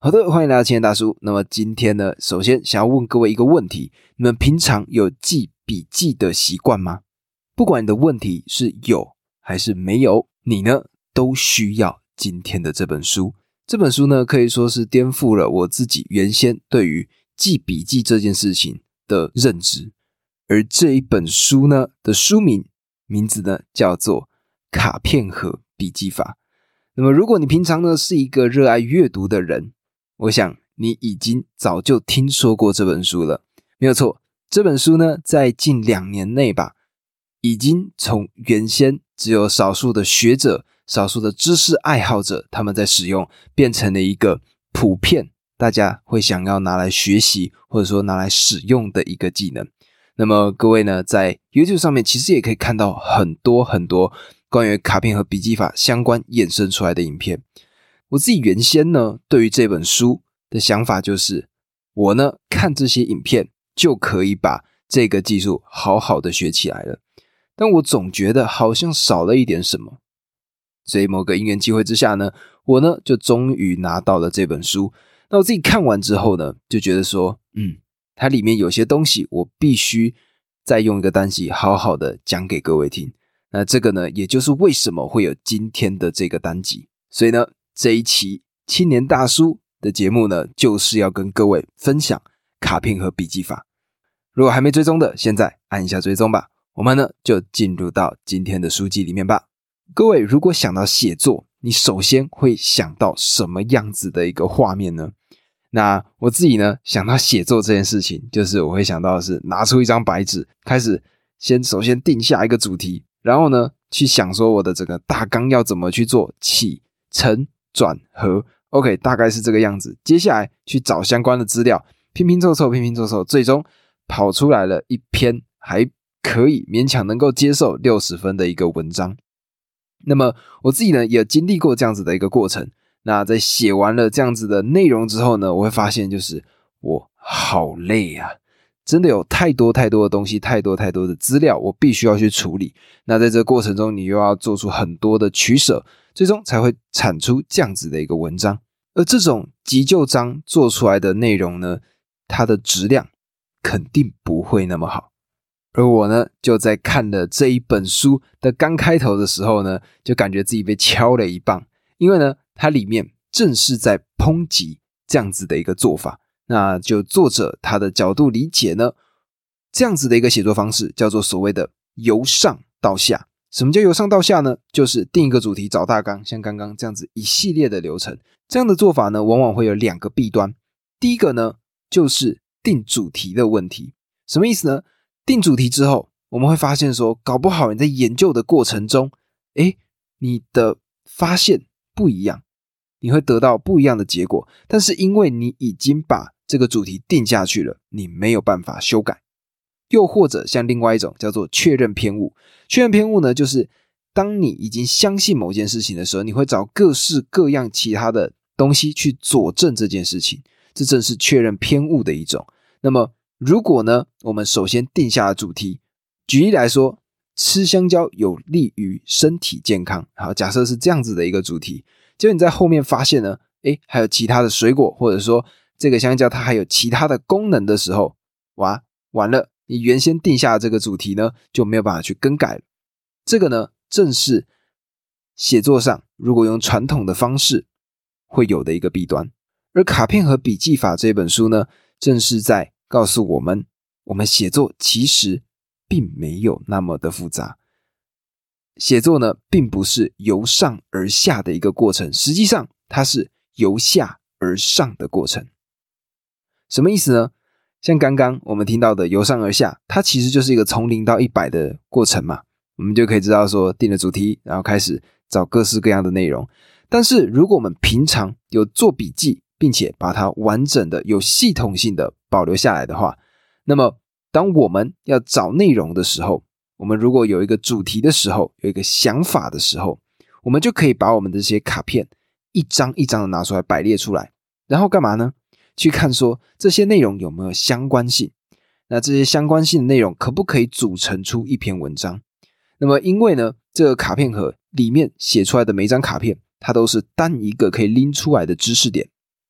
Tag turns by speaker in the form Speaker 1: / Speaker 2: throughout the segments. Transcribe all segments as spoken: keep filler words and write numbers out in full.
Speaker 1: 好的，欢迎来到青年大叔。那么今天呢，首先想要问各位一个问题，你们平常有记笔记的习惯吗？不管你的问题是有还是没有，你呢都需要今天的这本书。这本书呢可以说是颠覆了我自己原先对于记笔记这件事情的认知。而这一本书呢的书名名字呢叫做卡片盒笔记法。那么如果你平常呢是一个热爱阅读的人，我想你已经早就听说过这本书了。没有错，这本书呢在近两年内吧，已经从原先只有少数的学者、少数的知识爱好者他们在使用，变成了一个普遍大家会想要拿来学习或者说拿来使用的一个技能。那么各位呢在 YouTube 上面其实也可以看到很多很多关于卡片和笔记法相关衍生出来的影片。我自己原先呢对于这本书的想法就是我呢看这些影片就可以把这个技术好好的学起来了，但我总觉得好像少了一点什么。所以某个因缘机会之下呢，我呢就终于拿到了这本书。那我自己看完之后呢就觉得说嗯，它里面有些东西我必须再用一个单集好好的讲给各位听。那这个呢也就是为什么会有今天的这个单集。所以呢这一期青年大叔的节目呢就是要跟各位分享卡片和笔记法。如果还没追踪的，现在按一下追踪吧。我们呢就进入到今天的书籍里面吧。各位如果想到写作，你首先会想到什么样子的一个画面呢？那我自己呢想到写作这件事情，就是我会想到的是拿出一张白纸，开始先首先定下一个主题，然后呢去想说我的这个大纲要怎么去做起承转合 OK 大概是这个样子。接下来去找相关的资料，拼拼凑凑拼拼凑凑，最终跑出来了一篇还可以勉强能够接受六十分的一个文章。那么我自己呢也经历过这样子的一个过程。那在写完了这样子的内容之后呢，我会发现就是我好累啊，真的有太多太多的东西，太多太多的资料我必须要去处理。那在这个过程中你又要做出很多的取舍，最终才会产出这样子的一个文章。而这种急救章做出来的内容呢，它的质量肯定不会那么好。而我呢就在看了这一本书的刚开头的时候呢，就感觉自己被敲了一棒。因为呢它里面正是在抨击这样子的一个做法。那就作者他的角度理解呢，这样子的一个写作方式叫做所谓的由上到下。什么叫由上到下呢？就是定一个主题，找大纲，像刚刚这样子一系列的流程。这样的做法呢往往会有两个弊端。第一个呢就是定主题的问题。什么意思呢？定主题之后我们会发现说，搞不好你在研究的过程中诶你的发现不一样，你会得到不一样的结果，但是因为你已经把这个主题定下去了，你没有办法修改。又或者像另外一种叫做确认偏误。确认偏误呢就是当你已经相信某件事情的时候，你会找各式各样其他的东西去佐证这件事情，这正是确认偏误的一种。那么如果呢我们首先定下了主题，举例来说，吃香蕉有利于身体健康，好，假设是这样子的一个主题，结果你在后面发现呢诶还有其他的水果，或者说这个香蕉它还有其他的功能的时候，哇完了，你原先定下的这个主题呢就没有办法去更改了。这个呢正是写作上如果用传统的方式会有的一个弊端。而卡片和笔记法这本书呢正是在告诉我们，我们写作其实并没有那么的复杂。写作呢并不是由上而下的一个过程，实际上它是由下而上的过程。什么意思呢？像刚刚我们听到的由上而下，它其实就是一个从零到一百的过程嘛。我们就可以知道说定了主题，然后开始找各式各样的内容。但是如果我们平常有做笔记，并且把它完整的有系统性的保留下来的话，那么当我们要找内容的时候，我们如果有一个主题的时候，有一个想法的时候，我们就可以把我们的这些卡片一张一张的拿出来摆列出来，然后干嘛呢？去看说这些内容有没有相关性，那这些相关性的内容可不可以组成出一篇文章。那么因为呢这个卡片盒里面写出来的每一张卡片，它都是单一个可以拎出来的知识点，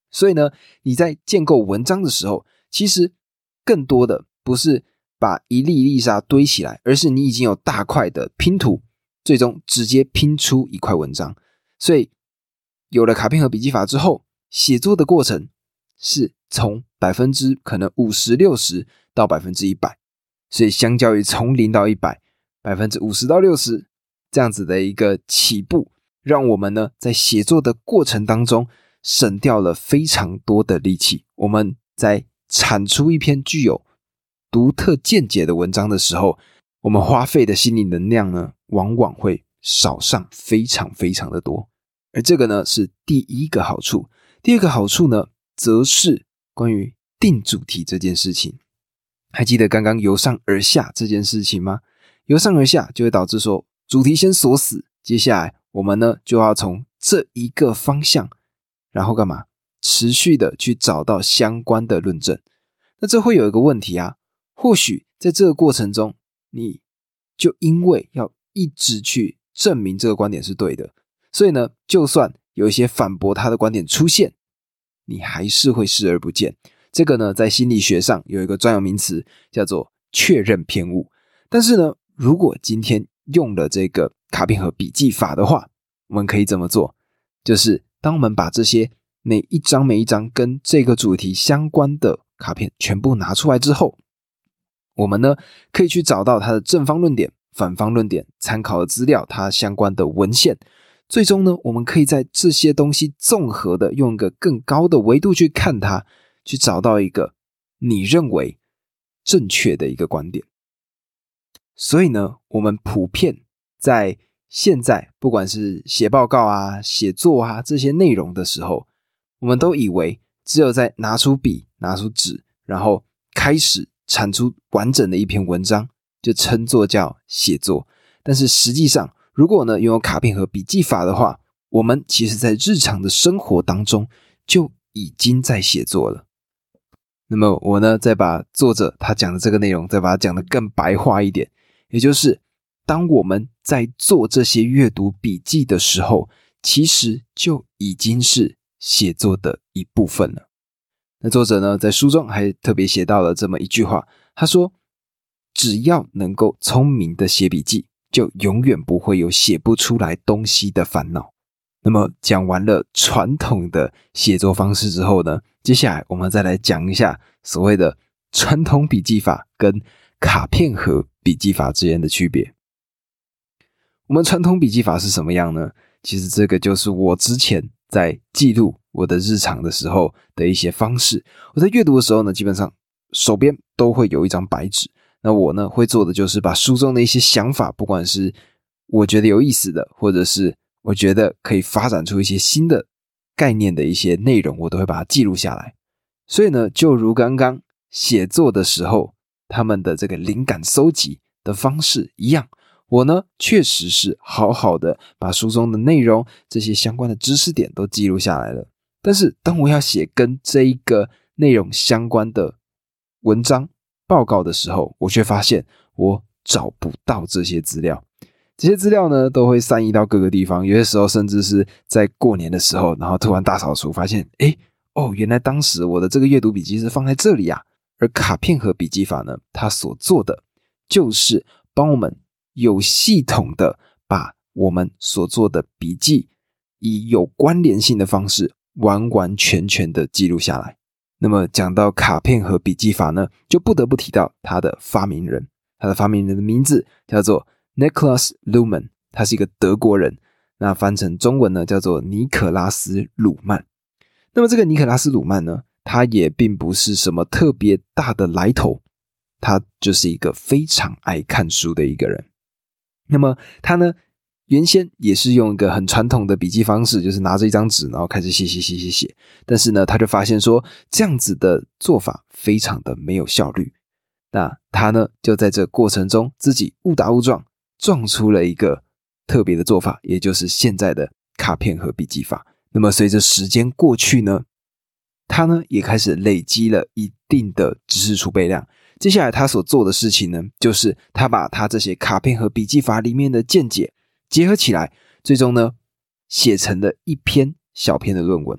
Speaker 1: 所以呢，你在建构文章的时候，其实更多的不是把一粒一粒沙堆起来，而是你已经有大块的拼图，最终直接拼出一块文章。所以有了卡片和笔记法之后，写作的过程是从百分之可能五十六十到百分之一百，所以相较于从零到一百，百分之五十到六十这样子的一个起步，让我们呢在写作的过程当中省掉了非常多的力气。我们在产出一篇具有独特见解的文章的时候，我们花费的心理能量呢，往往会少上非常非常的多。而这个呢是第一个好处。第二个好处呢，则是关于定主题这件事情。还记得刚刚由上而下这件事情吗？由上而下就会导致说主题先锁死，接下来我们呢就要从这一个方向，然后干嘛？持续的去找到相关的论证。那这会有一个问题啊，或许在这个过程中，你就因为要一直去证明这个观点是对的，所以呢，就算有一些反驳他的观点出现，你还是会视而不见。这个呢，在心理学上有一个专有名词叫做确认偏误。但是呢，如果今天用了这个卡片和笔记法的话，我们可以怎么做？就是当我们把这些每一张每一张跟这个主题相关的卡片全部拿出来之后，我们呢可以去找到它的正方论点、反方论点、参考的资料、它相关的文献。最终呢，我们可以在这些东西综合的用一个更高的维度去看它，去找到一个你认为正确的一个观点。所以呢，我们普遍在现在不管是写报告啊、写作啊这些内容的时候，我们都以为只有在拿出笔、拿出纸，然后开始产出完整的一篇文章，就称作叫写作。但是实际上，如果呢拥有卡片和笔记法的话，我们其实在日常的生活当中就已经在写作了。那么我呢再把作者他讲的这个内容再把它讲得更白话一点，也就是当我们在做这些阅读笔记的时候，其实就已经是写作的一部分了。那作者呢在书中还特别写到了这么一句话，他说只要能够聪明的写笔记，就永远不会有写不出来东西的烦恼。那么讲完了传统的写作方式之后呢，接下来我们再来讲一下所谓的传统笔记法跟卡片和笔记法之间的区别。我们传统笔记法是什么样呢？其实这个就是我之前在记录我的日常的时候的一些方式。我在阅读的时候呢，基本上手边都会有一张白纸，那我呢会做的就是把书中的一些想法，不管是我觉得有意思的，或者是我觉得可以发展出一些新的概念的一些内容，我都会把它记录下来。所以呢，就如刚刚写作的时候他们的这个灵感搜集的方式一样，我呢确实是好好的把书中的内容这些相关的知识点都记录下来了。但是当我要写跟这一个内容相关的文章报告的时候，我却发现我找不到这些资料。这些资料呢都会散移到各个地方，有些时候甚至是在过年的时候，然后突然大扫除发现诶哦，原来当时我的这个阅读笔记是放在这里啊。而卡片和笔记法呢，它所做的就是帮我们有系统的把我们所做的笔记以有关联性的方式完完全全的记录下来。那么讲到卡片和笔记法呢，就不得不提到它的发明人。他的发明人的名字叫做 Niklas Luhmann， 他是一个德国人，那翻成中文呢叫做尼可拉斯鲁曼。那么这个尼可拉斯鲁曼呢，他也并不是什么特别大的来头，他就是一个非常爱看书的一个人。那么他呢原先也是用一个很传统的笔记方式，就是拿着一张纸然后开始写写写写写，但是呢他就发现说这样子的做法非常的没有效率。那他呢就在这过程中自己误打误撞撞出了一个特别的做法，也就是现在的卡片和笔记法。那么随着时间过去呢，他呢也开始累积了一定的知识储备量。接下来他所做的事情呢，就是他把他这些卡片和笔记法里面的见解结合起来，最终呢写成了一篇小篇的论文。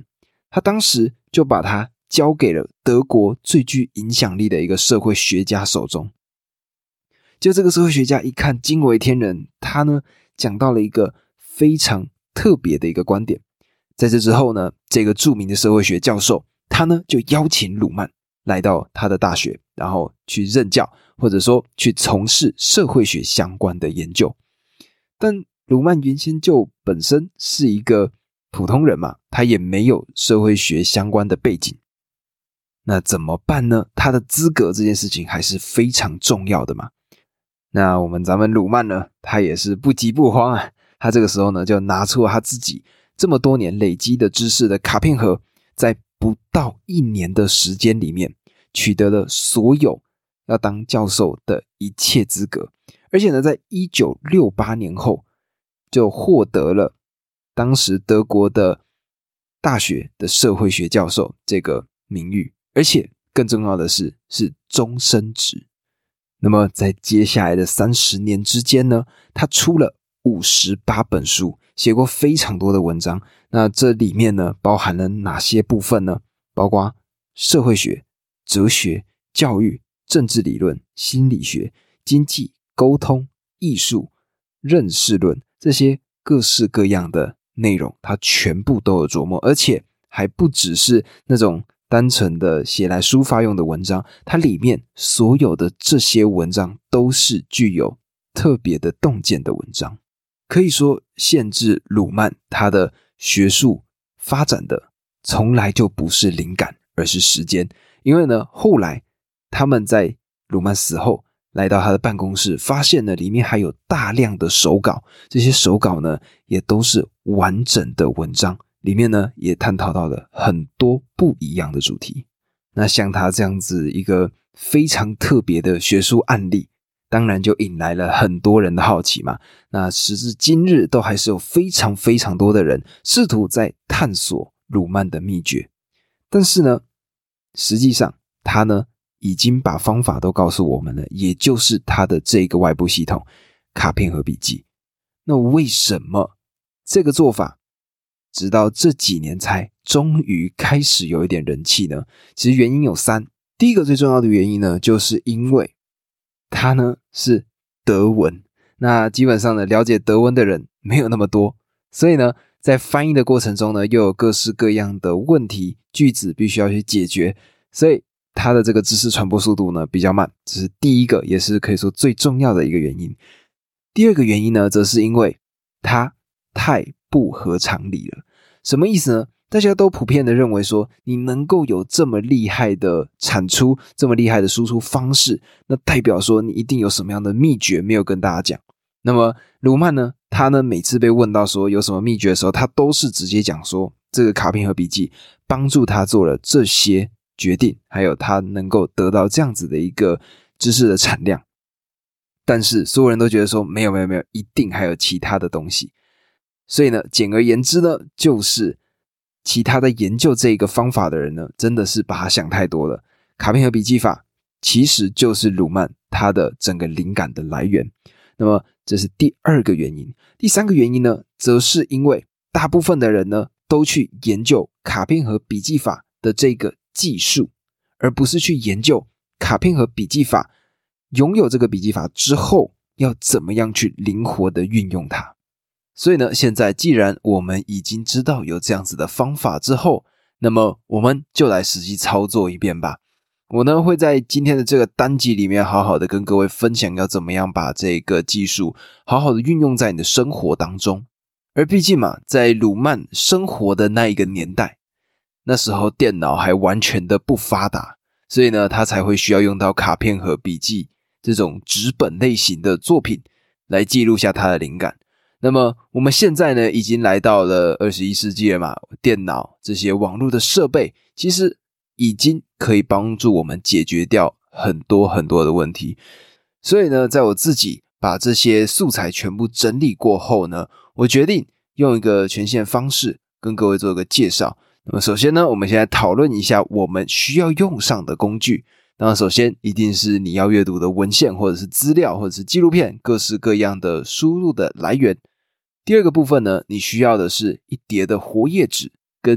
Speaker 1: 他当时就把它交给了德国最具影响力的一个社会学家手中。就这个社会学家一看惊为天人，他呢讲到了一个非常特别的一个观点。在这之后呢，这个著名的社会学教授他呢就邀请鲁曼来到他的大学，然后去任教，或者说去从事社会学相关的研究。但鲁曼原先就本身是一个普通人嘛，他也没有社会学相关的背景。那怎么办呢？他的资格这件事情还是非常重要的嘛。那我们咱们鲁曼呢，他也是不急不慌啊，他这个时候呢就拿出了他自己这么多年累积的知识的卡片盒，在不到一年的时间里面取得了所有要当教授的一切资格，而且呢在一九六八年后就获得了当时德国的大学的社会学教授这个名誉，而且更重要的是是终身制。那么在接下来的三十年之间呢，他出了五十八本书，写过非常多的文章。那这里面呢包含了哪些部分呢？包括社会学、哲学、教育、政治理论、心理学、经济、沟通、艺术、认识论，这些各式各样的内容他全部都有琢磨，而且还不只是那种单纯的写来抒发用的文章，它里面所有的这些文章都是具有特别的洞见的文章。可以说限制鲁曼他的学术发展的从来就不是灵感，而是时间。因为呢后来他们在鲁曼死后来到他的办公室，发现呢里面还有大量的手稿，这些手稿呢也都是完整的文章，里面呢也探讨到了很多不一样的主题。那像他这样子一个非常特别的学术案例，当然就引来了很多人的好奇嘛。那时至今日都还是有非常非常多的人试图在探索鲁曼的秘诀，但是呢实际上他呢已经把方法都告诉我们了，也就是他的这个外部系统卡片和笔记。那为什么这个做法直到这几年才终于开始有一点人气呢？其实原因有三。第一个最重要的原因呢，就是因为它呢是德文。那基本上呢了解德文的人没有那么多，所以呢在翻译的过程中呢又有各式各样的问题句子必须要去解决，所以它的这个知识传播速度呢比较慢，这是第一个也是可以说最重要的一个原因。第二个原因呢则是因为它太不合常理了。什么意思呢？大家都普遍的认为说，你能够有这么厉害的产出，这么厉害的输出方式，那代表说你一定有什么样的秘诀没有跟大家讲。那么鲁曼呢，他呢每次被问到说有什么秘诀的时候，他都是直接讲说这个卡片和笔记帮助他做了这些决定，还有他能够得到这样子的一个知识的产量。但是所有人都觉得说没有没有没有，一定还有其他的东西。所以呢简而言之呢，就是其他在研究这个方法的人呢真的是把它想太多了。卡片和笔记法其实就是鲁曼他的整个灵感的来源。那么这是第二个原因。第三个原因呢，则是因为大部分的人呢都去研究卡片和笔记法的这个技术，而不是去研究卡片和笔记法拥有这个笔记法之后要怎么样去灵活的运用它。所以呢现在既然我们已经知道有这样子的方法之后，那么我们就来实际操作一遍吧。我呢会在今天的这个单集里面好好的跟各位分享要怎么样把这个技术好好的运用在你的生活当中。而毕竟嘛，在鲁曼生活的那一个年代，那时候电脑还完全的不发达，所以呢他才会需要用到卡片和笔记这种纸本类型的作品来记录下他的灵感。那么我们现在呢已经来到了二十一世纪了嘛，电脑这些网络的设备其实已经可以帮助我们解决掉很多很多的问题。所以呢在我自己把这些素材全部整理过后呢，我决定用一个全新的方式跟各位做一个介绍。那么首先呢，我们现在讨论一下我们需要用上的工具。那首先一定是你要阅读的文献或者是资料或者是纪录片，各式各样的输入的来源。第二个部分呢，你需要的是一叠的活页纸跟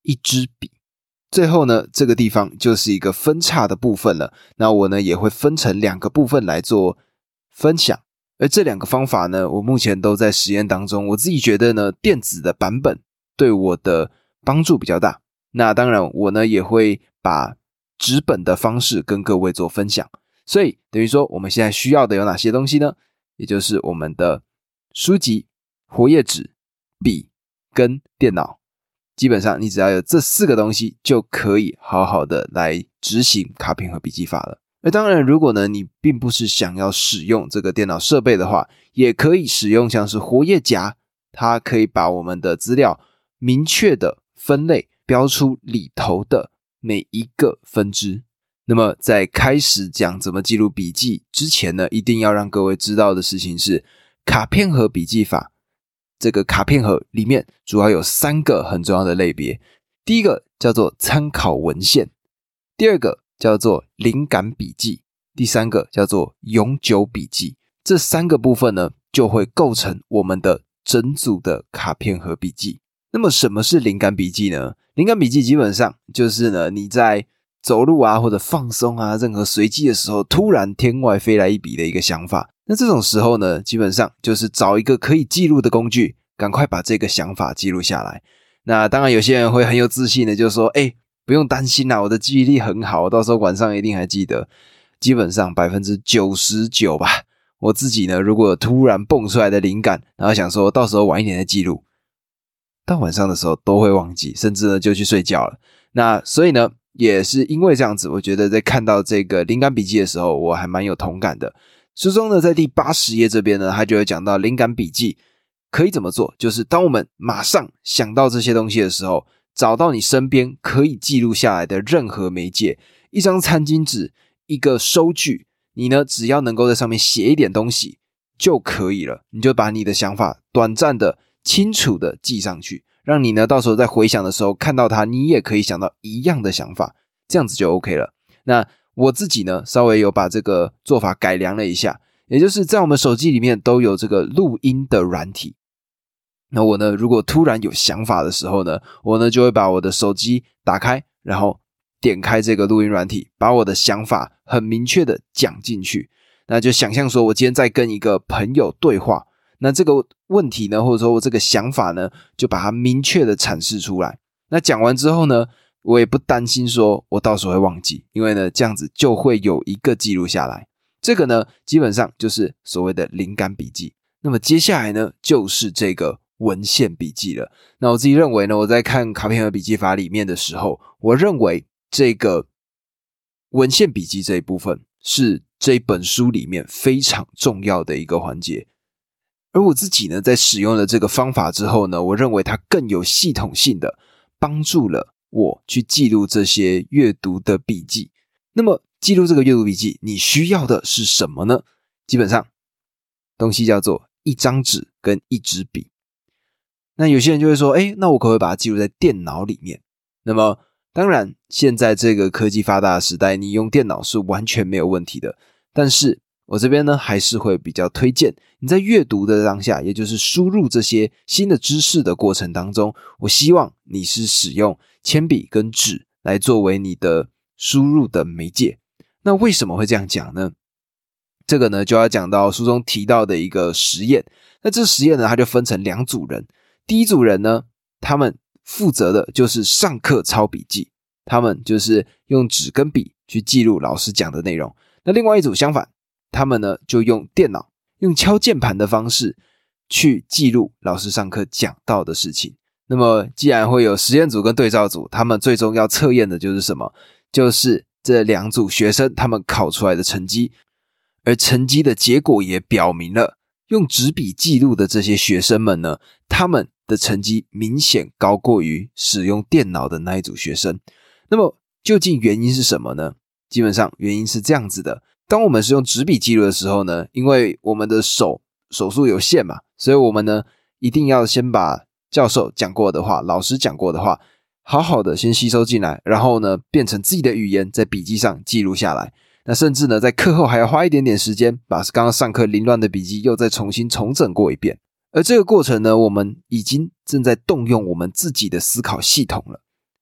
Speaker 1: 一支笔。最后呢，这个地方就是一个分叉的部分了。那我呢也会分成两个部分来做分享。而这两个方法呢，我目前都在实验当中。我自己觉得呢，电子的版本对我的帮助比较大。那当然我呢也会把纸本的方式跟各位做分享。所以等于说我们现在需要的有哪些东西呢？也就是我们的书籍、活页纸、笔跟电脑。基本上你只要有这四个东西就可以好好的来执行卡片和笔记法了。而当然如果呢你并不是想要使用这个电脑设备的话，也可以使用像是活页夹，它可以把我们的资料明确的分类，标出里头的每一个分支。那么在开始讲怎么记录笔记之前呢，一定要让各位知道的事情是，卡片和笔记法这个卡片盒里面主要有三个很重要的类别。第一个叫做参考文献，第二个叫做灵感笔记，第三个叫做永久笔记。这三个部分呢，就会构成我们的整组的卡片盒笔记。那么什么是灵感笔记呢？灵感笔记基本上就是呢，你在走路啊或者放松啊任何随机的时候，突然天外飞来一笔的一个想法。那这种时候呢，基本上就是找一个可以记录的工具，赶快把这个想法记录下来。那当然有些人会很有自信的就说，诶，不用担心啦，我的记忆力很好，到时候晚上一定还记得。基本上 百分之九十九 吧。我自己呢，如果有突然蹦出来的灵感，然后想说到时候晚一点再记录，到晚上的时候都会忘记，甚至呢就去睡觉了。那所以呢，也是因为这样子，我觉得在看到这个灵感笔记的时候，我还蛮有同感的。书中呢，在第八十页这边呢，他就会讲到灵感笔记可以怎么做，就是当我们马上想到这些东西的时候，找到你身边可以记录下来的任何媒介，一张餐巾纸，一个收据，你呢只要能够在上面写一点东西就可以了。你就把你的想法短暂的、清楚的记上去，让你呢到时候在回想的时候看到它，你也可以想到一样的想法，这样子就 OK 了。那我自己呢稍微有把这个做法改良了一下，也就是在我们手机里面都有这个录音的软体。那我呢如果突然有想法的时候呢，我呢就会把我的手机打开，然后点开这个录音软体，把我的想法很明确的讲进去。那就想象说我今天在跟一个朋友对话，那这个问题呢，或者说我这个想法呢，就把它明确的阐释出来。那讲完之后呢，我也不担心说我到时候会忘记，因为呢这样子就会有一个记录下来。这个呢基本上就是所谓的灵感笔记。那么接下来呢就是这个文献笔记了。那我自己认为呢，我在看卡片和笔记法里面的时候，我认为这个文献笔记这一部分是这本书里面非常重要的一个环节。而我自己呢在使用了这个方法之后呢，我认为它更有系统性的帮助了我去记录这些阅读的笔记。那么记录这个阅读笔记，你需要的是什么呢？基本上东西叫做一张纸跟一支笔。那有些人就会说，诶，那我可不可以把它记录在电脑里面？那么当然现在这个科技发达的时代，你用电脑是完全没有问题的。但是我这边呢还是会比较推荐你在阅读的当下，也就是输入这些新的知识的过程当中，我希望你是使用铅笔跟纸来作为你的输入的媒介。那为什么会这样讲呢？这个呢就要讲到书中提到的一个实验。那这实验呢它就分成两组人。第一组人呢，他们负责的就是上课抄笔记，他们就是用纸跟笔去记录老师讲的内容。那另外一组相反，他们呢就用电脑，用敲键盘的方式去记录老师上课讲到的事情。那么既然会有实验组跟对照组，他们最终要测验的就是什么？就是这两组学生他们考出来的成绩。而成绩的结果也表明了，用纸笔记录的这些学生们呢，他们的成绩明显高过于使用电脑的那一组学生。那么究竟原因是什么呢？基本上原因是这样子的。当我们是用纸笔记录的时候呢，因为我们的手手速有限嘛，所以我们呢一定要先把教授讲过的话，老师讲过的话好好的先吸收进来，然后呢变成自己的语言在笔记上记录下来。那甚至呢在课后还要花一点点时间，把刚刚上课凌乱的笔记又再重新重整过一遍。而这个过程呢，我们已经正在动用我们自己的思考系统了。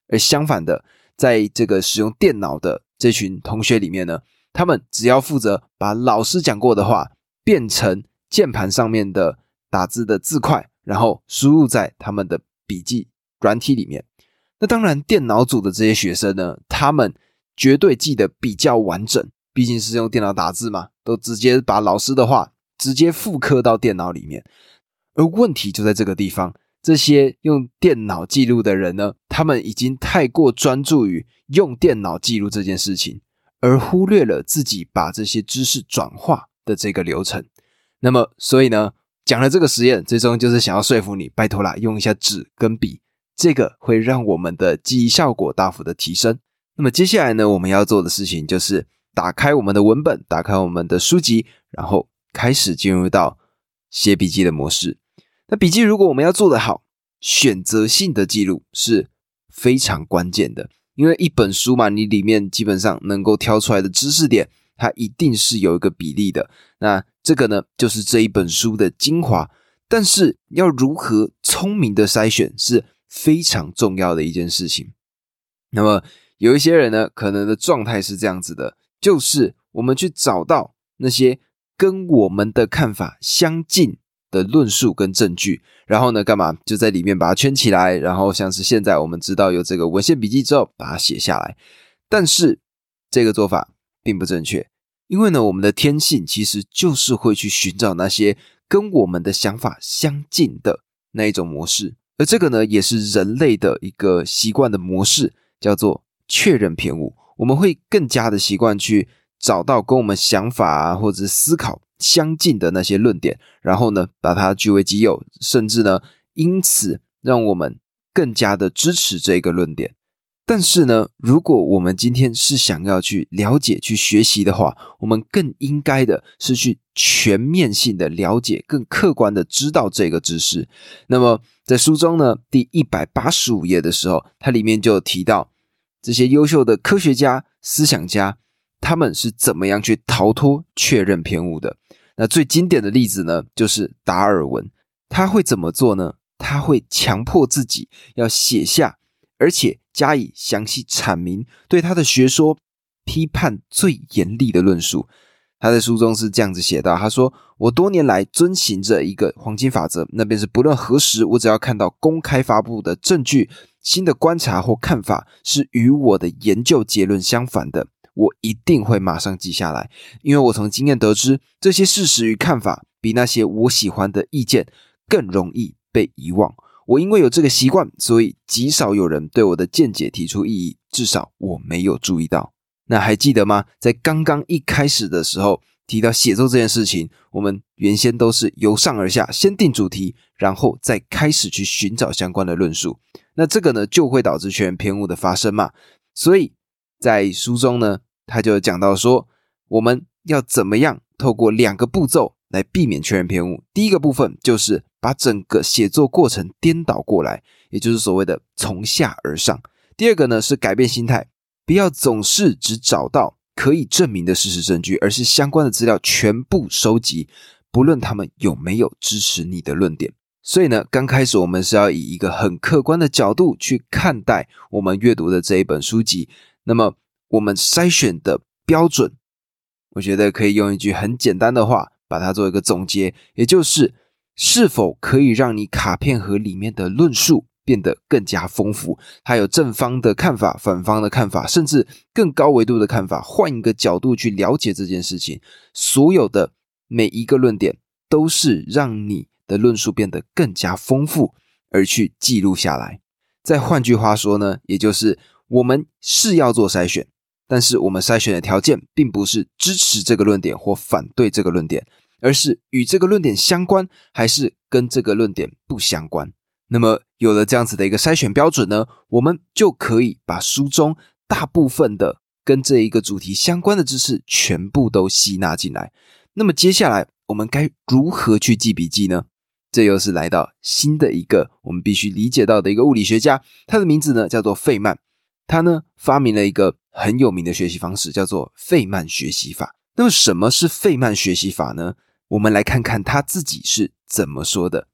Speaker 1: 而相反的，在这个使用电脑的这群同学里面呢，他们只要负责把老师讲过的话变成键盘上面的打字的字块，然后输入在他们的笔记软体里面。那当然电脑组的这些学生呢，他们绝对记得比较完整，毕竟是用电脑打字嘛，都直接把老师的话直接复刻到电脑里面。而问题就在这个地方，这些用电脑记录的人呢，他们已经太过专注于用电脑记录这件事情，而忽略了自己把这些知识转化的这个流程。那么所以呢，讲了这个实验，最终就是想要说服你，拜托啦，用一下纸跟笔，这个会让我们的记忆效果大幅的提升。那么接下来呢，我们要做的事情就是打开我们的文本，打开我们的书籍，然后开始进入到写笔记的模式。那笔记如果我们要做得好，选择性的记录是非常关键的，因为一本书嘛，你里面基本上能够挑出来的知识点，它一定是有一个比例的。那这个呢，就是这一本书的精华。但是要如何聪明的筛选是非常重要的一件事情。那么有一些人呢，可能的状态是这样子的，就是我们去找到那些跟我们的看法相近的论述跟证据，然后呢干嘛就在里面把它圈起来，然后像是现在我们知道有这个文献笔记之后把它写下来。但是这个做法并不正确，因为呢我们的天性其实就是会去寻找那些跟我们的想法相近的那一种模式，而这个呢也是人类的一个习惯的模式，叫做确认偏误。我们会更加的习惯去找到跟我们想法啊或者思考相近的那些论点，然后呢把它据为己有，甚至呢因此让我们更加的支持这个论点。但是呢，如果我们今天是想要去了解去学习的话，我们更应该的是去全面性的了解，更客观的知道这个知识。那么在书中呢第一百八十五页的时候，它里面就有提到这些优秀的科学家思想家，他们是怎么样去逃脱确认偏误的。那最经典的例子呢就是达尔文。他会怎么做呢？他会强迫自己要写下而且加以详细阐明对他的学说批判最严厉的论述。他在书中是这样子写到，他说，我多年来遵循着一个黄金法则，那便是不论何时我只要看到公开发布的证据，新的观察或看法是与我的研究结论相反的，我一定会马上记下来，因为我从经验得知，这些事实与看法比那些我喜欢的意见更容易被遗忘。我因为有这个习惯，所以极少有人对我的见解提出异议，至少我没有注意到。那还记得吗？在刚刚一开始的时候提到写作这件事情，我们原先都是由上而下，先定主题，然后再开始去寻找相关的论述。那这个呢就会导致确认偏误的发生嘛。所以在书中呢他就讲到说，我们要怎么样透过两个步骤来避免确认偏误。第一个部分就是把整个写作过程颠倒过来，也就是所谓的从下而上。第二个呢是改变心态，不要总是只找到可以证明的事实证据，而是相关的资料全部收集，不论他们有没有支持你的论点。所以呢，刚开始我们是要以一个很客观的角度去看待我们阅读的这一本书籍。那么我们筛选的标准，我觉得可以用一句很简单的话把它做一个总结，也就是是否可以让你卡片盒里面的论述变得更加丰富，它有正方的看法，反方的看法，甚至更高维度的看法，换一个角度去了解这件事情。所有的每一个论点都是让你的论述变得更加丰富而去记录下来。再换句话说呢，也就是我们是要做筛选，但是我们筛选的条件并不是支持这个论点或反对这个论点，而是与这个论点相关还是跟这个论点不相关。那么有了这样子的一个筛选标准呢，我们就可以把书中大部分的跟这一个主题相关的知识全部都吸纳进来。那么接下来我们该如何去记笔记呢？这又是来到新的一个我们必须理解到的一个物理学家，他的名字呢叫做费曼。他呢发明了一个很有名的学习方式，叫做费曼学习法。那么什么是费曼学习法呢？我们来看看他自己是怎么说的。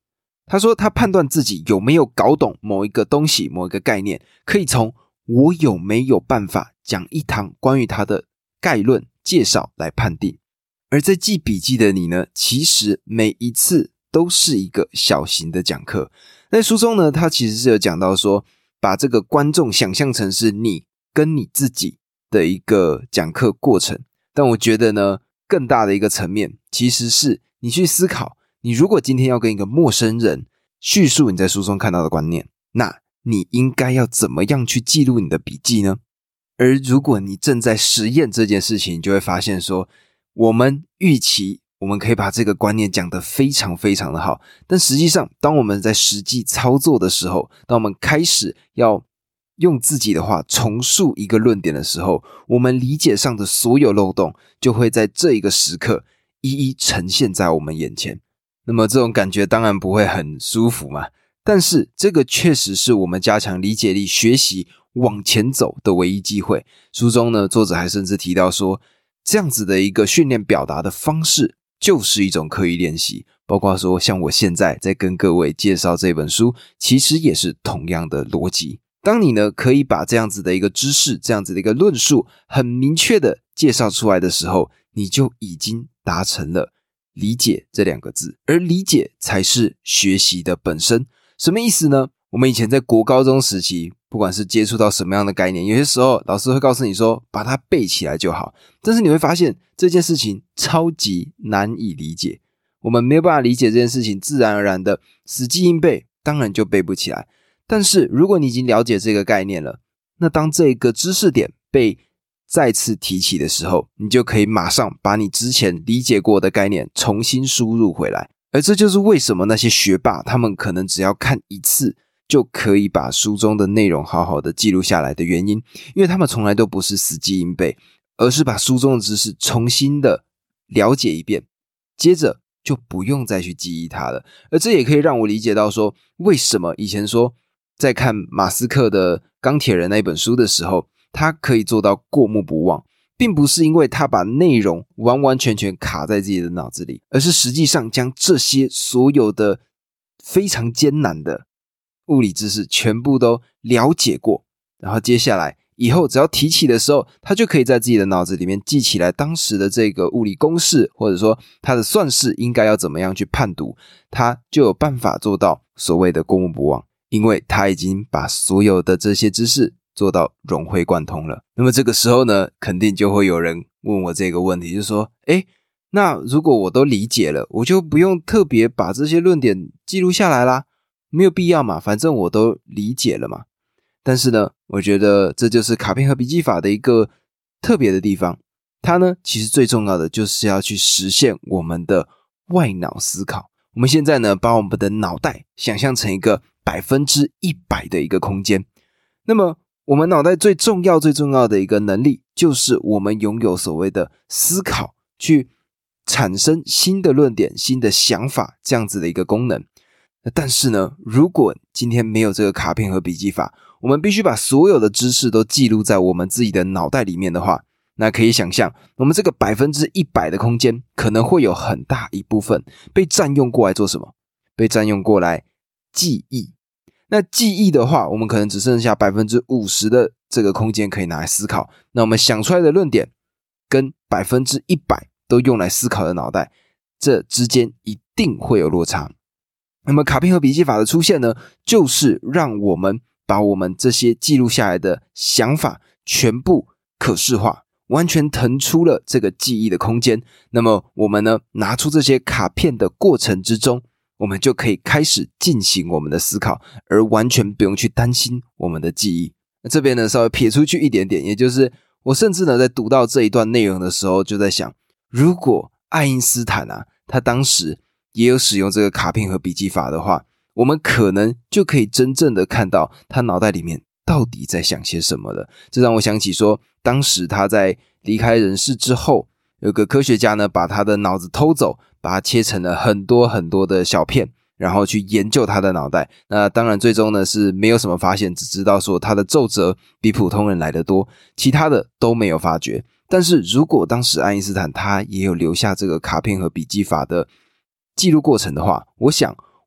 Speaker 1: 他说他判断自己有没有搞懂某一个东西某一个概念，可以从我有没有办法讲一堂关于他的概论介绍来判定。而在记笔记的你呢，其实每一次都是一个小型的讲课。在书中呢，他其实是有讲到说，把这个观众想象成是你跟你自己的一个讲课过程。但我觉得呢，更大的一个层面其实是你去思考，你如果今天要跟一个陌生人叙述你在书中看到的观念，那你应该要怎么样去记录你的笔记呢？而如果你正在实验这件事情，你就会发现说，我们预期我们可以把这个观念讲得非常非常的好，但实际上当我们在实际操作的时候，当我们开始要用自己的话重述一个论点的时候，我们理解上的所有漏洞就会在这一个时刻一一呈现在我们眼前。那么这种感觉当然不会很舒服嘛，但是这个确实是我们加强理解力、学习往前走的唯一机会。书中呢，作者还甚至提到说，这样子的一个训练表达的方式就是一种刻意练习，包括说像我现在在跟各位介绍这本书，其实也是同样的逻辑。当你呢可以把这样子的一个知识，这样子的一个论述很明确的介绍出来的时候，你就已经达成了理解这两个字，而理解才是学习的本身。什么意思呢？我们以前在国高中时期，不管是接触到什么样的概念，有些时候老师会告诉你说把它背起来就好，但是你会发现这件事情超级难以理解，我们没有办法理解这件事情，自然而然的死记硬背当然就背不起来。但是如果你已经了解这个概念了，那当这个知识点被再次提起的时候，你就可以马上把你之前理解过的概念重新输入回来。而这就是为什么那些学霸他们可能只要看一次就可以把书中的内容好好的记录下来的原因，因为他们从来都不是死记硬背，而是把书中的知识重新的了解一遍，接着就不用再去记忆它了。而这也可以让我理解到说，为什么以前说在看马斯克的钢铁人那一本书的时候，他可以做到过目不忘，并不是因为他把内容完完全全卡在自己的脑子里，而是实际上将这些所有的非常艰难的物理知识全部都了解过，然后接下来以后只要提起的时候，他就可以在自己的脑子里面记起来当时的这个物理公式，或者说他的算式应该要怎么样去判读，他就有办法做到所谓的过目不忘，因为他已经把所有的这些知识做到融会贯通了。那么这个时候呢，肯定就会有人问我这个问题，就是说诶，那如果我都理解了，我就不用特别把这些论点记录下来啦，没有必要嘛，反正我都理解了嘛。但是呢，我觉得这就是卡片和笔记法的一个特别的地方，它呢其实最重要的就是要去实现我们的外脑思考。我们现在呢把我们的脑袋想象成一个百分之一百的一个空间，那么我们脑袋最重要最重要的一个能力，就是我们拥有所谓的思考，去产生新的论点、新的想法这样子的一个功能。但是呢，如果今天没有这个卡片和笔记法，我们必须把所有的知识都记录在我们自己的脑袋里面的话，那可以想象我们这个百分之一百的空间可能会有很大一部分被占用过来做什么？被占用过来记忆。那记忆的话，我们可能只剩下百分之五十的这个空间可以拿来思考，那我们想出来的论点跟百分之一百都用来思考的脑袋，这之间一定会有落差。那么卡片和笔记法的出现呢，就是让我们把我们这些记录下来的想法全部可视化，完全腾出了这个记忆的空间。那么我们呢，拿出这些卡片的过程之中，我们就可以开始进行我们的思考，而完全不用去担心我们的记忆。那这边呢，稍微撇出去一点点，也就是我甚至呢在读到这一段内容的时候，就在想，如果爱因斯坦啊，他当时也有使用这个卡片和笔记法的话，我们可能就可以真正的看到他脑袋里面到底在想些什么了。这让我想起说，当时他在离开人世之后，有个科学家呢把他的脑子偷走，把它切成了很多很多的小片，然后去研究他的脑袋。那当然最终呢是没有什么发现，只知道说他的皱褶比普通人来得多，其他的都没有发觉。但是如果当时爱因斯坦他也有留下这个卡片和笔记法的记录过程的话，我想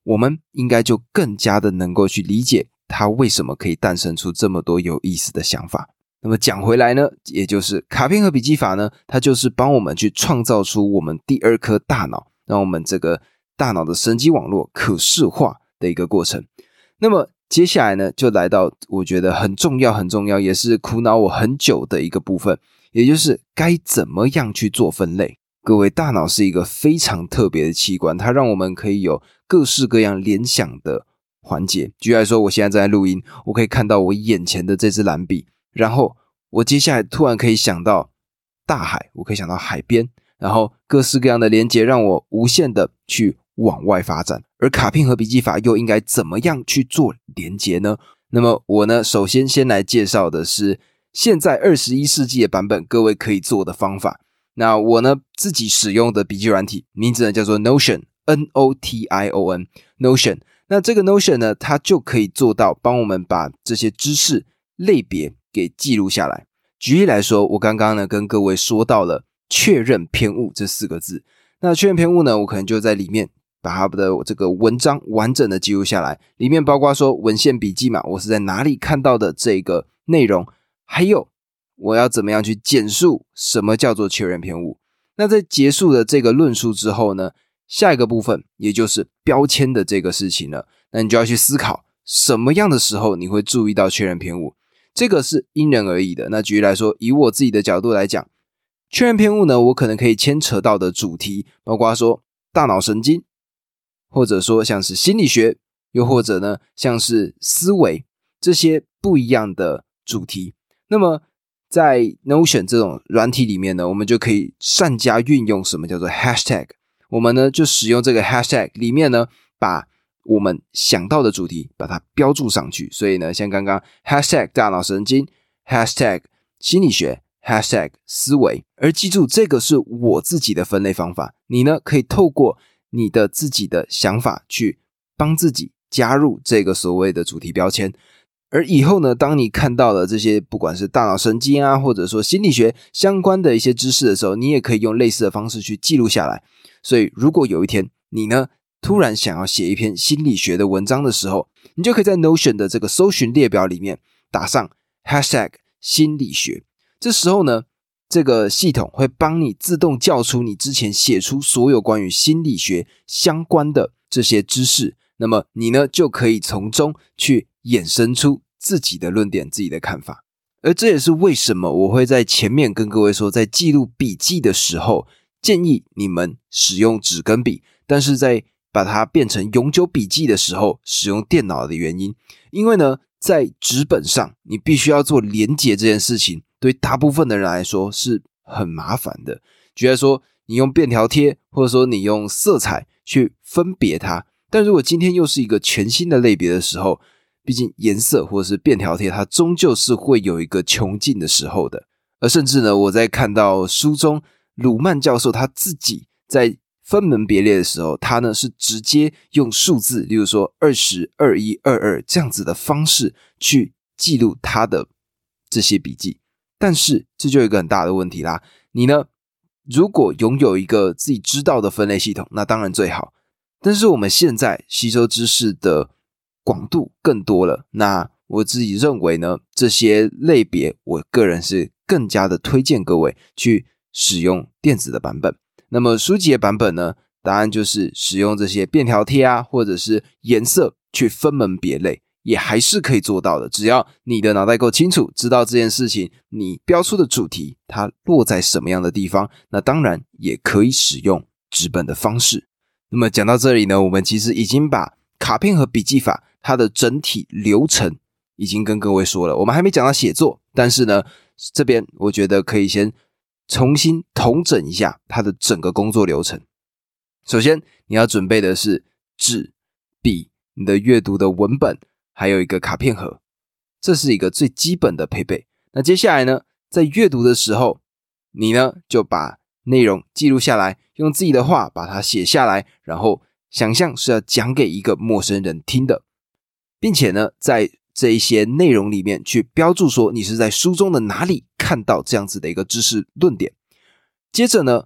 Speaker 1: 我们应该就更加的能够去理解它为什么可以诞生出这么多有意思的想法。那么讲回来呢，也就是卡片和笔记法呢，它就是帮我们去创造出我们第二颗大脑，让我们这个大脑的神经网络可视化的一个过程。那么接下来呢，就来到我觉得很重要很重要，也是苦恼我很久的一个部分，也就是该怎么样去做分类。各位，大脑是一个非常特别的器官，它让我们可以有各式各样联想的环节。举例来说，我现在正在录音，我可以看到我眼前的这支蓝笔，然后我接下来突然可以想到大海，我可以想到海边，然后各式各样的连结让我无限的去往外发展。而卡片和笔记法又应该怎么样去做连结呢？那么我呢，首先先来介绍的是现在二十一世纪的版本各位可以做的方法。那我呢自己使用的笔记软体名字呢叫做 Notion N O T I O N Notion。 那这个 Notion 呢，它就可以做到帮我们把这些知识类别给记录下来。举例来说，我刚刚呢跟各位说到了确认偏误这四个字，那确认偏误呢，我可能就在里面把它的这个文章完整的记录下来，里面包括说文献笔记嘛，我是在哪里看到的这个内容，还有我要怎么样去简述什么叫做确认偏误。那在结束了这个论述之后呢，下一个部分也就是标签的这个事情了，那你就要去思考什么样的时候你会注意到确认偏误，这个是因人而异的。那举例来说，以我自己的角度来讲，确认偏误呢，我可能可以牵扯到的主题包括说大脑神经，或者说像是心理学，又或者呢像是思维，这些不一样的主题。那么在 Notion 这种软体里面呢，我们就可以善加运用什么叫做 hashtag。 我们呢就使用这个 hashtag 里面呢，把我们想到的主题把它标注上去。所以呢，像刚刚 hashtag 大脑神经， hashtag 心理学， hashtag 思维。而记住，这个是我自己的分类方法，你呢可以透过你的自己的想法去帮自己加入这个所谓的主题标签。而以后呢，当你看到了这些不管是大脑神经啊，或者说心理学相关的一些知识的时候，你也可以用类似的方式去记录下来。所以如果有一天你呢突然想要写一篇心理学的文章的时候，你就可以在 Notion 的这个搜寻列表里面打上 hashtag 心理学。这时候呢，这个系统会帮你自动叫出你之前写出所有关于心理学相关的这些知识，那么你呢就可以从中去衍生出自己的论点，自己的看法。而这也是为什么我会在前面跟各位说，在记录笔记的时候建议你们使用纸跟笔，但是在把它变成永久笔记的时候使用电脑的原因。因为呢，在纸本上你必须要做连结这件事情，对大部分的人来说是很麻烦的。举例来说，你用便条贴，或者说你用色彩去分别它，但如果今天又是一个全新的类别的时候，毕竟颜色或者是便条贴它终究是会有一个穷尽的时候的。而甚至呢，我在看到书中鲁曼教授他自己在分门别类的时候，他呢是直接用数字，例如说二十、二一、二二这样子的方式去记录他的这些笔记。但是这就有一个很大的问题啦，你呢如果拥有一个自己知道的分类系统，那当然最好。但是我们现在吸收知识的广度更多了，那我自己认为呢，这些类别我个人是更加的推荐各位去使用电子的版本。那么书籍的版本呢，答案就是使用这些便条贴啊，或者是颜色去分门别类，也还是可以做到的。只要你的脑袋够清楚，知道这件事情你标出的主题它落在什么样的地方，那当然也可以使用纸本的方式。那么讲到这里呢，我们其实已经把卡片和笔记法它的整体流程已经跟各位说了，我们还没讲到写作，但是呢这边我觉得可以先重新统整一下它的整个工作流程。首先你要准备的是纸、笔、你的阅读的文本，还有一个卡片盒，这是一个最基本的配备。那接下来呢，在阅读的时候，你呢就把内容记录下来，用自己的话把它写下来，然后想象是要讲给一个陌生人听的，并且呢在这一些内容里面去标注说你是在书中的哪里看到这样子的一个知识论点。接着呢，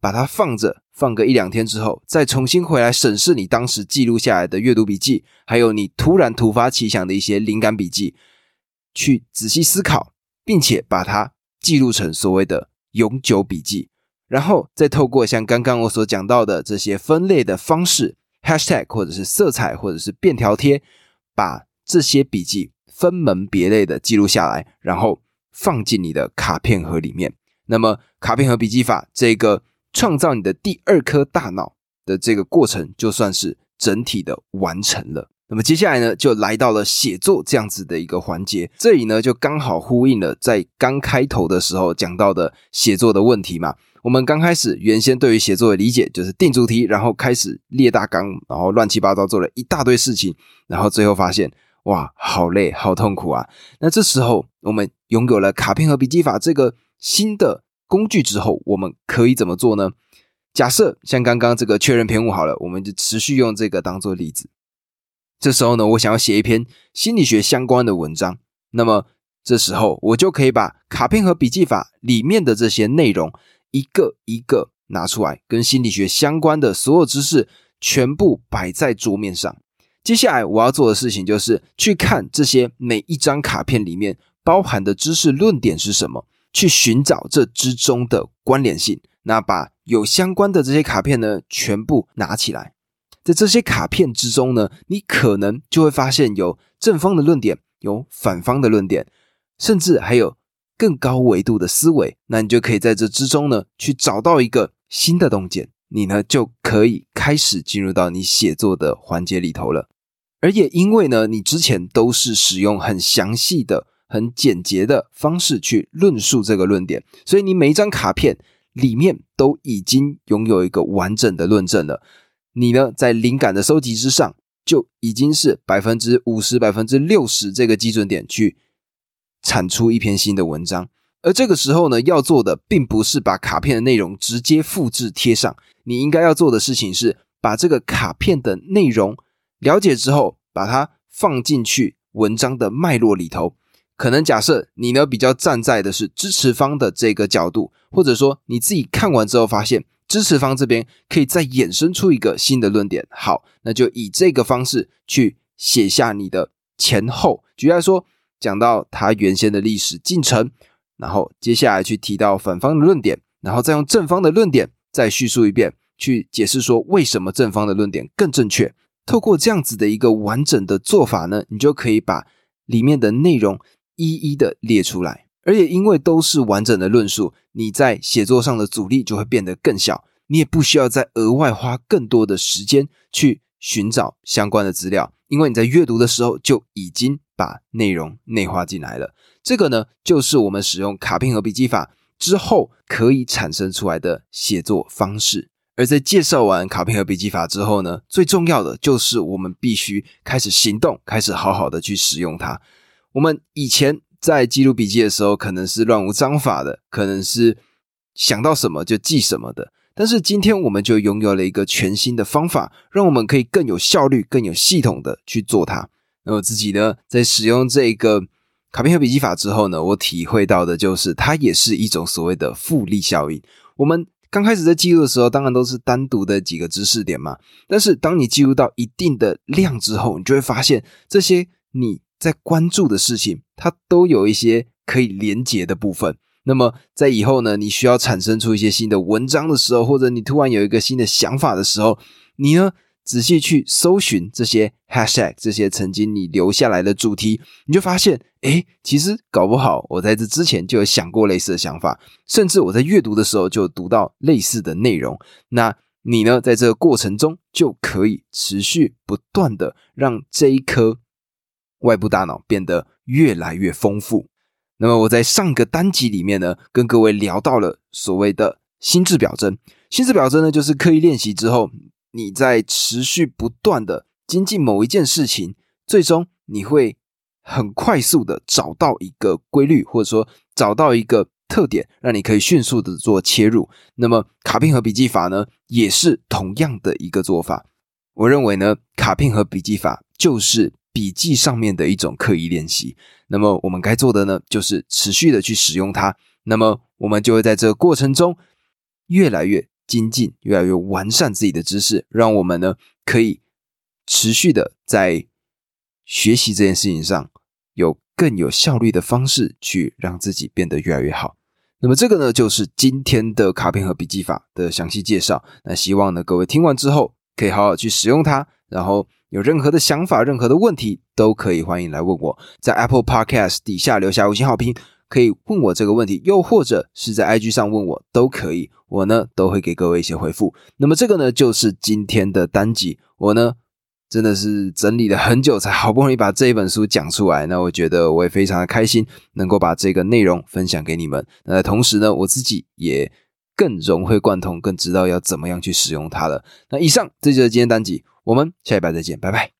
Speaker 1: 把它放着，放个一两天之后，再重新回来审视你当时记录下来的阅读笔记，还有你突然突发奇想的一些灵感笔记，去仔细思考，并且把它记录成所谓的永久笔记，然后再透过像刚刚我所讲到的这些分类的方式 hashtag 或者是色彩或者是便条贴，把这些笔记分门别类的记录下来，然后放进你的卡片盒里面。那么卡片盒笔记法这个创造你的第二颗大脑的这个过程就算是整体的完成了。那么接下来呢，就来到了写作这样子的一个环节，这里呢就刚好呼应了在刚开头的时候讲到的写作的问题嘛。我们刚开始原先对于写作的理解就是定主题，然后开始列大纲，然后乱七八糟做了一大堆事情，然后最后发现哇好累好痛苦啊。那这时候我们拥有了卡片盒笔记法这个新的工具之后，我们可以怎么做呢？假设像刚刚这个确认篇目好了，我们就持续用这个当做例子。这时候呢，我想要写一篇心理学相关的文章，那么这时候我就可以把卡片盒笔记法里面的这些内容一个一个拿出来，跟心理学相关的所有知识全部摆在桌面上。接下来我要做的事情就是去看这些每一张卡片里面包含的知识论点是什么，去寻找这之中的关联性，那把有相关的这些卡片呢全部拿起来。在这些卡片之中呢，你可能就会发现有正方的论点，有反方的论点，甚至还有更高维度的思维，那你就可以在这之中呢去找到一个新的洞见，你呢就可以开始进入到你写作的环节里头了。而也因为呢你之前都是使用很详细的很简洁的方式去论述这个论点，所以你每一张卡片里面都已经拥有一个完整的论证了。你呢在灵感的收集之上就已经是 百分之五十 百分之六十 这个基准点去产出一篇新的文章。而这个时候呢要做的并不是把卡片的内容直接复制贴上，你应该要做的事情是把这个卡片的内容了解之后，把它放进去文章的脉络里头。可能假设你呢比较站在的是支持方的这个角度，或者说你自己看完之后发现支持方这边可以再衍生出一个新的论点，好，那就以这个方式去写下你的前后。举例来说，讲到他原先的历史进程，然后接下来去提到反方的论点，然后再用正方的论点再叙述一遍，去解释说为什么正方的论点更正确。透过这样子的一个完整的做法呢，你就可以把里面的内容一一的列出来。而且因为都是完整的论述，你在写作上的阻力就会变得更小，你也不需要再额外花更多的时间去寻找相关的资料，因为你在阅读的时候就已经把内容内化进来了。这个呢，就是我们使用卡片盒笔记法之后可以产生出来的写作方式。而在介绍完卡片盒笔记法之后呢，最重要的就是我们必须开始行动，开始好好的去使用它。我们以前在记录笔记的时候可能是乱无章法的，可能是想到什么就记什么的，但是今天我们就拥有了一个全新的方法，让我们可以更有效率更有系统的去做它。那我自己呢在使用这个卡片盒笔记法之后呢，我体会到的就是它也是一种所谓的复利效应。我们刚开始在记录的时候当然都是单独的几个知识点嘛，但是当你记录到一定的量之后，你就会发现这些你在关注的事情它都有一些可以连结的部分。那么在以后呢，你需要产生出一些新的文章的时候，或者你突然有一个新的想法的时候，你呢仔细去搜寻这些 hashtag 这些曾经你留下来的主题，你就发现诶其实搞不好我在这之前就有想过类似的想法，甚至我在阅读的时候就有读到类似的内容。那你呢在这个过程中就可以持续不断的让这一颗外部大脑变得越来越丰富。那么我在上个单集里面呢跟各位聊到了所谓的心智表征。心智表征呢就是刻意练习之后，你在持续不断的精进某一件事情，最终你会很快速的找到一个规律，或者说找到一个特点，让你可以迅速的做切入。那么卡片盒笔记法呢也是同样的一个做法。我认为呢卡片盒笔记法就是笔记上面的一种刻意练习，那么我们该做的呢就是持续的去使用它，那么我们就会在这个过程中越来越精进，越来越完善自己的知识，让我们呢可以持续的在学习这件事情上有更有效率的方式去让自己变得越来越好。那么这个呢就是今天的卡片和笔记法的详细介绍。那希望呢各位听完之后可以好好去使用它，然后有任何的想法任何的问题都可以欢迎来问我，在 Apple Podcast 底下留下五星好评，可以问我这个问题，又或者是在 I G 上问我都可以，我呢都会给各位一些回复。那么这个呢就是今天的单集，我呢真的是整理了很久才好不容易把这一本书讲出来，那我觉得我也非常的开心能够把这个内容分享给你们。那同时呢我自己也更融会贯通，更知道要怎么样去使用它了。那以上这就是今天单集，我们下礼拜再见，拜拜。